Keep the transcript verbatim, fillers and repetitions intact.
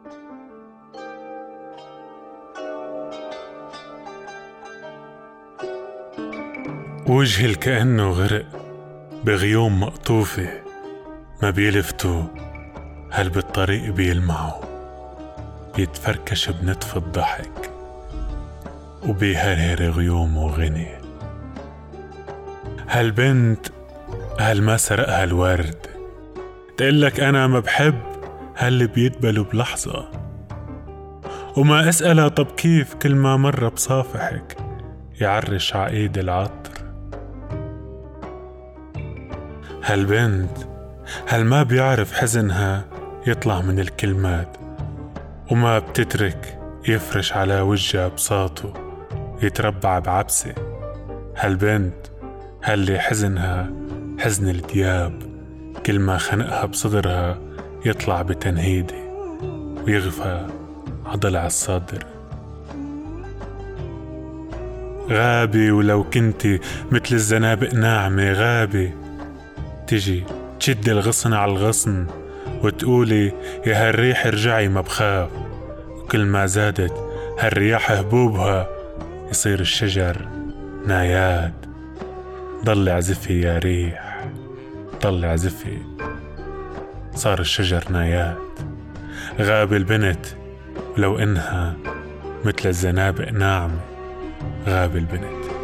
وجهي كأنه غرق بغيوم مقطوفة، ما بيلفتوا هل بالطريق بيلمعوا، بيتفركش بنتف الضحك وبيهرهر غيوم وغني. هالبنت هل ما سرقها الورد، تقلك أنا ما بحب هل بيدبلوا بلحظة، وما أسألها طب كيف كل ما مرة بصافحك يعرش عقيد العطر. هالبنت هل ما بيعرف حزنها يطلع من الكلمات، وما بتترك يفرش على وجهها بساطه يتربع بعبسة. هالبنت هل حزنها حزن الدياب، كل ما خنقها بصدرها يطلع بتنهيدي ويغفى عضلع الصدر. غابي ولو كنتي مثل الزنابق ناعمة، غابي تجي تشد الغصن على الغصن وتقولي يا هالريح ارجعي ما بخاف، وكل ما زادت هالرياح هبوبها يصير الشجر نايات. ضل عزفي يا ريح ضل عزفي، صار الشجر نايات. غاب البنت ولو إنها مثل الزنابق ناعمة، غاب البنت.